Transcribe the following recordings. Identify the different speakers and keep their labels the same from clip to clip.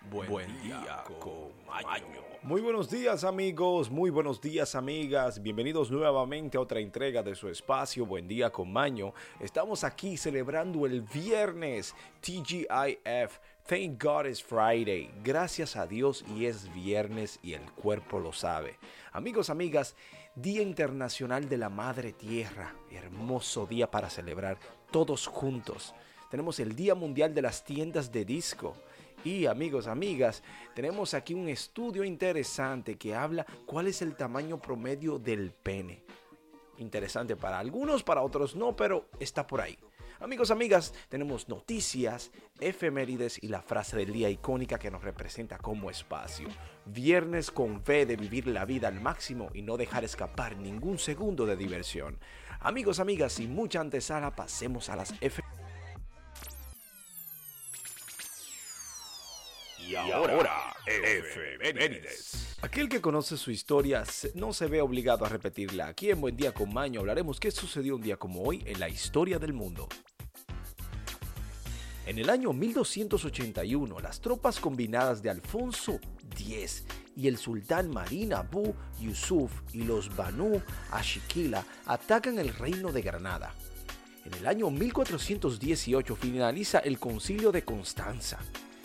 Speaker 1: Buen día con Maño.
Speaker 2: Muy buenos días amigos, muy buenos días amigas, bienvenidos nuevamente a otra entrega de su espacio Buen Día con Maño. Estamos aquí celebrando el viernes TGIF, Thank God It's Friday. Gracias a Dios y es viernes y el cuerpo lo sabe. Amigos, amigas, Día Internacional de la Madre Tierra, hermoso día para celebrar todos juntos. Tenemos el Día Mundial de las Tiendas de Disco. Y amigos, amigas, tenemos aquí un estudio interesante que habla cuál es el tamaño promedio del pene. Interesante para algunos, para otros no, pero está por ahí. Amigos, amigas, tenemos noticias, efemérides y la frase del día icónica que nos representa como espacio. Viernes con fe de vivir la vida al máximo y no dejar escapar ningún segundo de diversión. Amigos, amigas, sin mucha antesala, pasemos a las efemérides.
Speaker 1: Y ahora, efemérides.
Speaker 2: Aquel que conoce su historia no se ve obligado a repetirla. Aquí en Buen Día con Maño hablaremos qué sucedió un día como hoy en la historia del mundo. En el año 1281, las tropas combinadas de Alfonso X y el sultán Marín Abu Yusuf y los Banu Ashikila atacan el reino de Granada. En el año 1418 finaliza el Concilio de Constanza.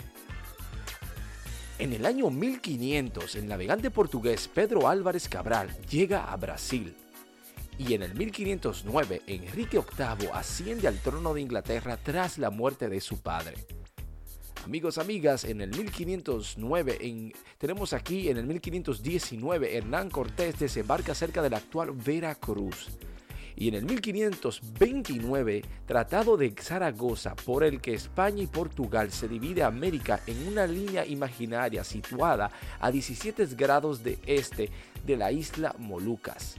Speaker 2: En el año 1500, el navegante portugués Pedro Álvares Cabral llega a Brasil. Y en el 1509, Enrique VIII asciende al trono de Inglaterra tras la muerte de su padre. Amigos, amigas, en el 1509, tenemos aquí en el 1519, Hernán Cortés desembarca cerca de la actual Veracruz. Y en el 1529, Tratado de Zaragoza, por el que España y Portugal se divide América en una línea imaginaria situada a 17 grados de este de la isla Molucas.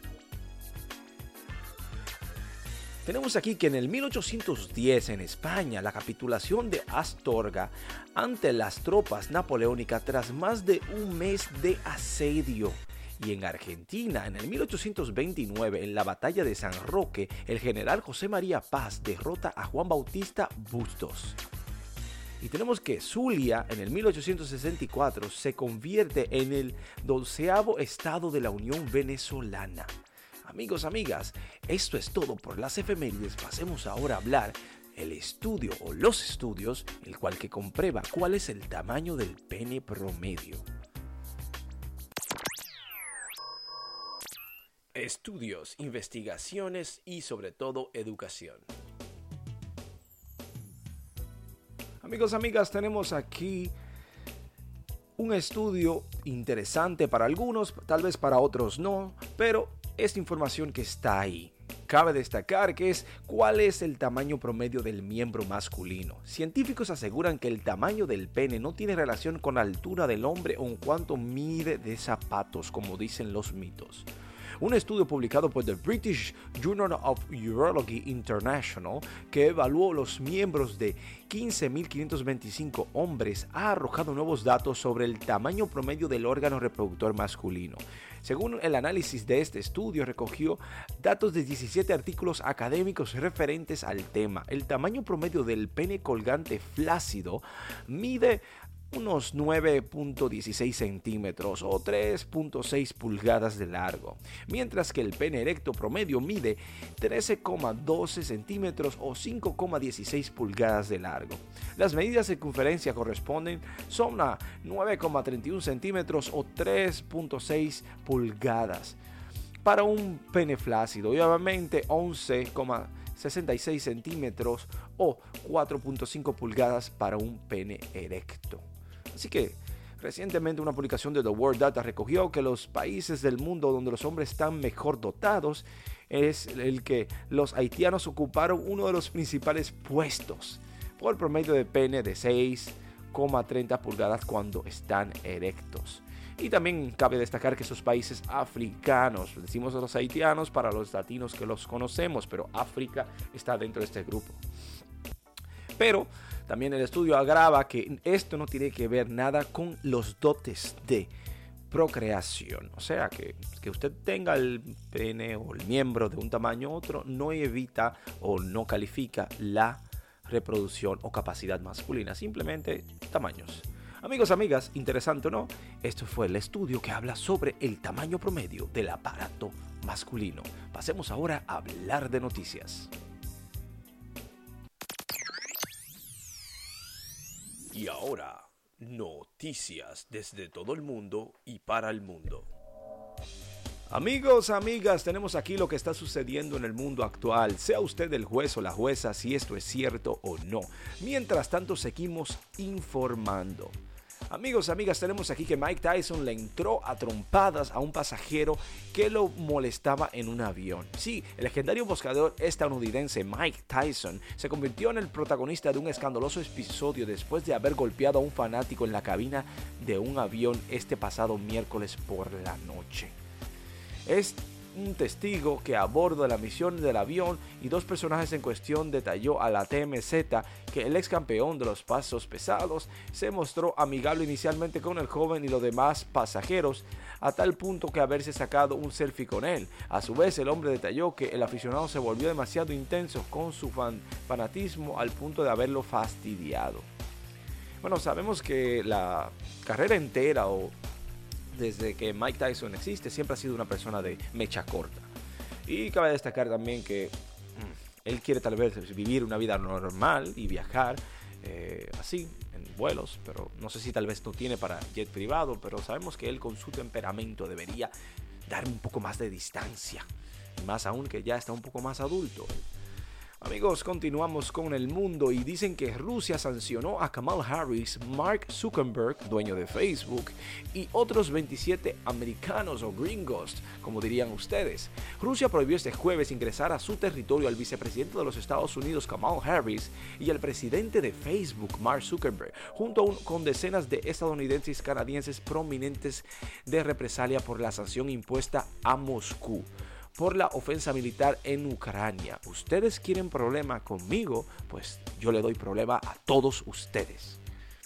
Speaker 2: Tenemos aquí que en el 1810 en España, la capitulación de Astorga ante las tropas napoleónicas tras más de un mes de asedio. Y en Argentina, en el 1829, en la batalla de San Roque, el general José María Paz derrota a Juan Bautista Bustos. Y tenemos que Zulia, en el 1864, se convierte en el 12º estado de la Unión Venezolana. Amigos, amigas, esto es todo por las efemérides. Pasemos ahora a hablar el estudio o los estudios, el cual que comprueba cuál es el tamaño del pene promedio. Estudios, investigaciones y sobre todo educación. Amigos, amigas, tenemos aquí un estudio interesante para algunos, tal vez para otros no, pero esta información que está ahí. Cabe destacar que es cuál es el tamaño promedio del miembro masculino. Científicos aseguran que el tamaño del pene no tiene relación con la altura del hombre o en cuanto mide de zapatos, como dicen los mitos. Un estudio publicado por The British Journal of Urology International, que evaluó los miembros de 15.525 hombres, ha arrojado nuevos datos sobre el tamaño promedio del órgano reproductor masculino. Según el análisis de este estudio, recogió datos de 17 artículos académicos referentes al tema. El tamaño promedio del pene colgante flácido mide unos 9.16 centímetros o 3.6 pulgadas de largo, mientras que el pene erecto promedio mide 13,12 centímetros o 5,16 pulgadas de largo. Las medidas de circunferencia corresponden son a 9,31 centímetros o 3.6 pulgadas para un pene flácido y obviamente 11,66 centímetros o 4.5 pulgadas para un pene erecto. Así que recientemente una publicación de The World Data recogió que los países del mundo donde los hombres están mejor dotados es el que los haitianos ocuparon uno de los principales puestos por promedio de pene de 6,30 pulgadas cuando están erectos. Y también cabe destacar que esos países africanos, decimos a los haitianos para los latinos que los conocemos, pero África está dentro de este grupo. Pero también el estudio agrava que esto no tiene que ver nada con los dotes de procreación. O sea, que usted tenga el pene o el miembro de un tamaño u otro no evita o no califica la reproducción o capacidad masculina, simplemente tamaños. Amigos, amigas, interesante o no, esto fue el estudio que habla sobre el tamaño promedio del aparato masculino. Pasemos ahora a hablar de noticias.
Speaker 1: Y ahora, noticias desde todo el mundo y para el mundo.
Speaker 2: Amigos, amigas, tenemos aquí lo que está sucediendo en el mundo actual. Sea usted el juez o la jueza si esto es cierto o no. Mientras tanto, seguimos informando. Amigos, amigas, tenemos aquí que Mike Tyson le entró a trompadas a un pasajero que lo molestaba en un avión. Sí, el legendario boxeador estadounidense Mike Tyson se convirtió en el protagonista de un escandaloso episodio después de haber golpeado a un fanático en la cabina de un avión este pasado miércoles por la noche. Es un testigo que a bordo de la misión del avión y dos personajes en cuestión detalló a la TMZ que el ex campeón de los pesos pesados se mostró amigable inicialmente con el joven y los demás pasajeros a tal punto que haberse sacado un selfie con él. A su vez, el hombre detalló que el aficionado se volvió demasiado intenso con su fanatismo al punto de haberlo fastidiado. Bueno, sabemos que la carrera entera o desde que Mike Tyson existe, siempre ha sido una persona de mecha corta. Y cabe destacar también que él quiere tal vez vivir una vida normal y viajar así, en vuelos, pero no sé si tal vez no tiene para jet privado, pero sabemos que él con su temperamento debería dar un poco más de distancia. Y más aún que ya está un poco más adulto. Amigos, continuamos con el mundo y dicen que Rusia sancionó a Kamala Harris, Mark Zuckerberg, dueño de Facebook, y otros 27 americanos o gringos, como dirían ustedes. Rusia prohibió este jueves ingresar a su territorio al vicepresidente de los Estados Unidos, Kamala Harris, y al presidente de Facebook, Mark Zuckerberg, junto con decenas de estadounidenses y canadienses prominentes de represalia por la sanción impuesta a Moscú por la ofensa militar en Ucrania. ¿Ustedes quieren problema conmigo? Pues yo le doy problema a todos ustedes.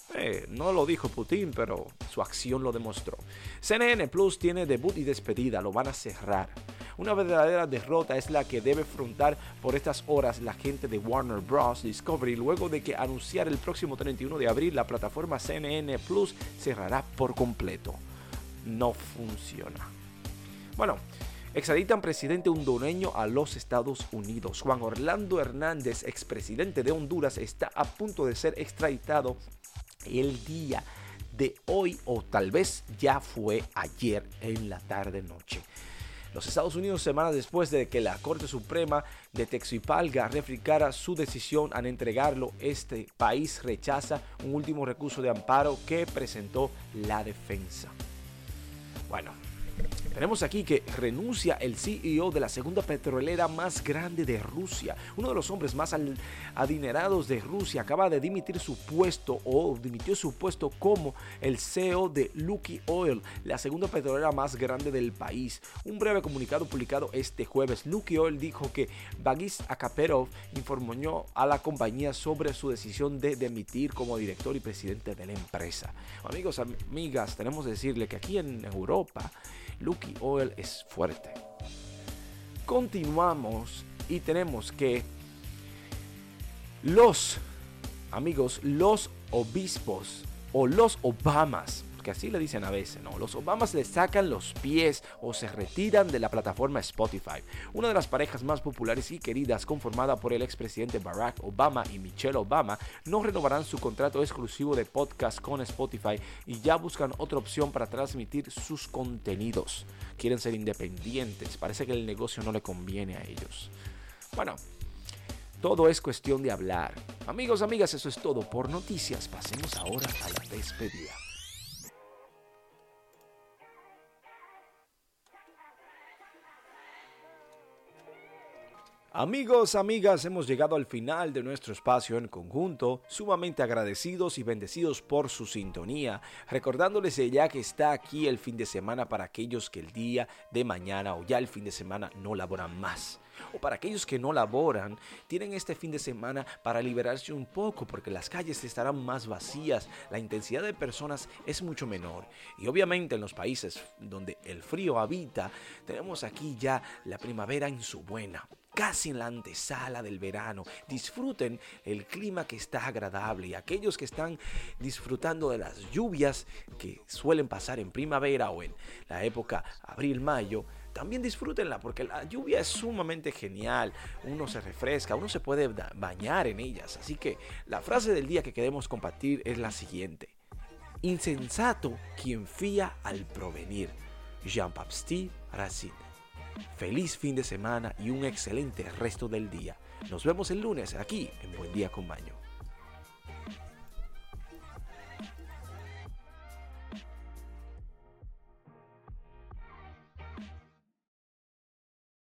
Speaker 2: No lo dijo Putin, pero su acción lo demostró. CNN Plus tiene debut y despedida, lo van a cerrar. Una verdadera derrota es la que debe afrontar por estas horas la gente de Warner Bros. Discovery luego de que anunciar el próximo 31 de abril la plataforma CNN Plus cerrará por completo. No funciona. Bueno, extraditan presidente hondureño a los Estados Unidos. Juan Orlando Hernández, expresidente de Honduras, está a punto de ser extraditado el día de hoy o tal vez ya fue ayer en la tarde-noche. Los Estados Unidos, semanas después de que la Corte Suprema de Tegucigalpa ratificara su decisión al entregarlo, este país rechaza un último recurso de amparo que presentó la defensa. Bueno, tenemos aquí que renuncia el CEO de la segunda petrolera más grande de Rusia. Uno de los hombres más adinerados de Rusia acaba de dimitir su puesto o dimitió su puesto como el CEO de Lukoil Oil, la segunda petrolera más grande del país. Un breve comunicado publicado este jueves, Lukoil Oil dijo que Bagis Akaperov informó a la compañía sobre su decisión de dimitir como director y presidente de la empresa. Amigos, amigas, tenemos que decirle que aquí en Europa Lukoil Oil es fuerte. Continuamos y tenemos que los obispos o los Obamas, que así le dicen a veces, ¿no? Los Obamas le sacan los pies o se retiran de la plataforma Spotify. Una de las parejas más populares y queridas, conformada por el expresidente Barack Obama y Michelle Obama, no renovarán su contrato exclusivo de podcast con Spotify y ya buscan otra opción para transmitir sus contenidos. Quieren ser independientes, parece que el negocio no le conviene a ellos. Bueno, todo es cuestión de hablar. Amigos, amigas, eso es todo por noticias. Pasemos ahora a la despedida. Amigos, amigas, hemos llegado al final de nuestro espacio en conjunto, sumamente agradecidos y bendecidos por su sintonía, recordándoles ya que está aquí el fin de semana para aquellos que el día de mañana o ya el fin de semana no laboran más. O para aquellos que no laboran, tienen este fin de semana para liberarse un poco porque las calles estarán más vacías, la intensidad de personas es mucho menor. Y obviamente en los países donde el frío habita, tenemos aquí ya la primavera en su buena. casi en la antesala del verano. Disfruten el clima que está agradable, y aquellos que están disfrutando de las lluvias que suelen pasar en primavera o en la época abril-mayo, también disfrútenla, porque la lluvia es sumamente genial. Uno se refresca, uno se puede bañar en ellas. Así que la frase del día que queremos compartir es la siguiente: insensato quien fía al provenir. Jean-Baptiste Racine. Feliz fin de semana y un excelente resto del día. Nos vemos el lunes aquí en Buen Día con Maño.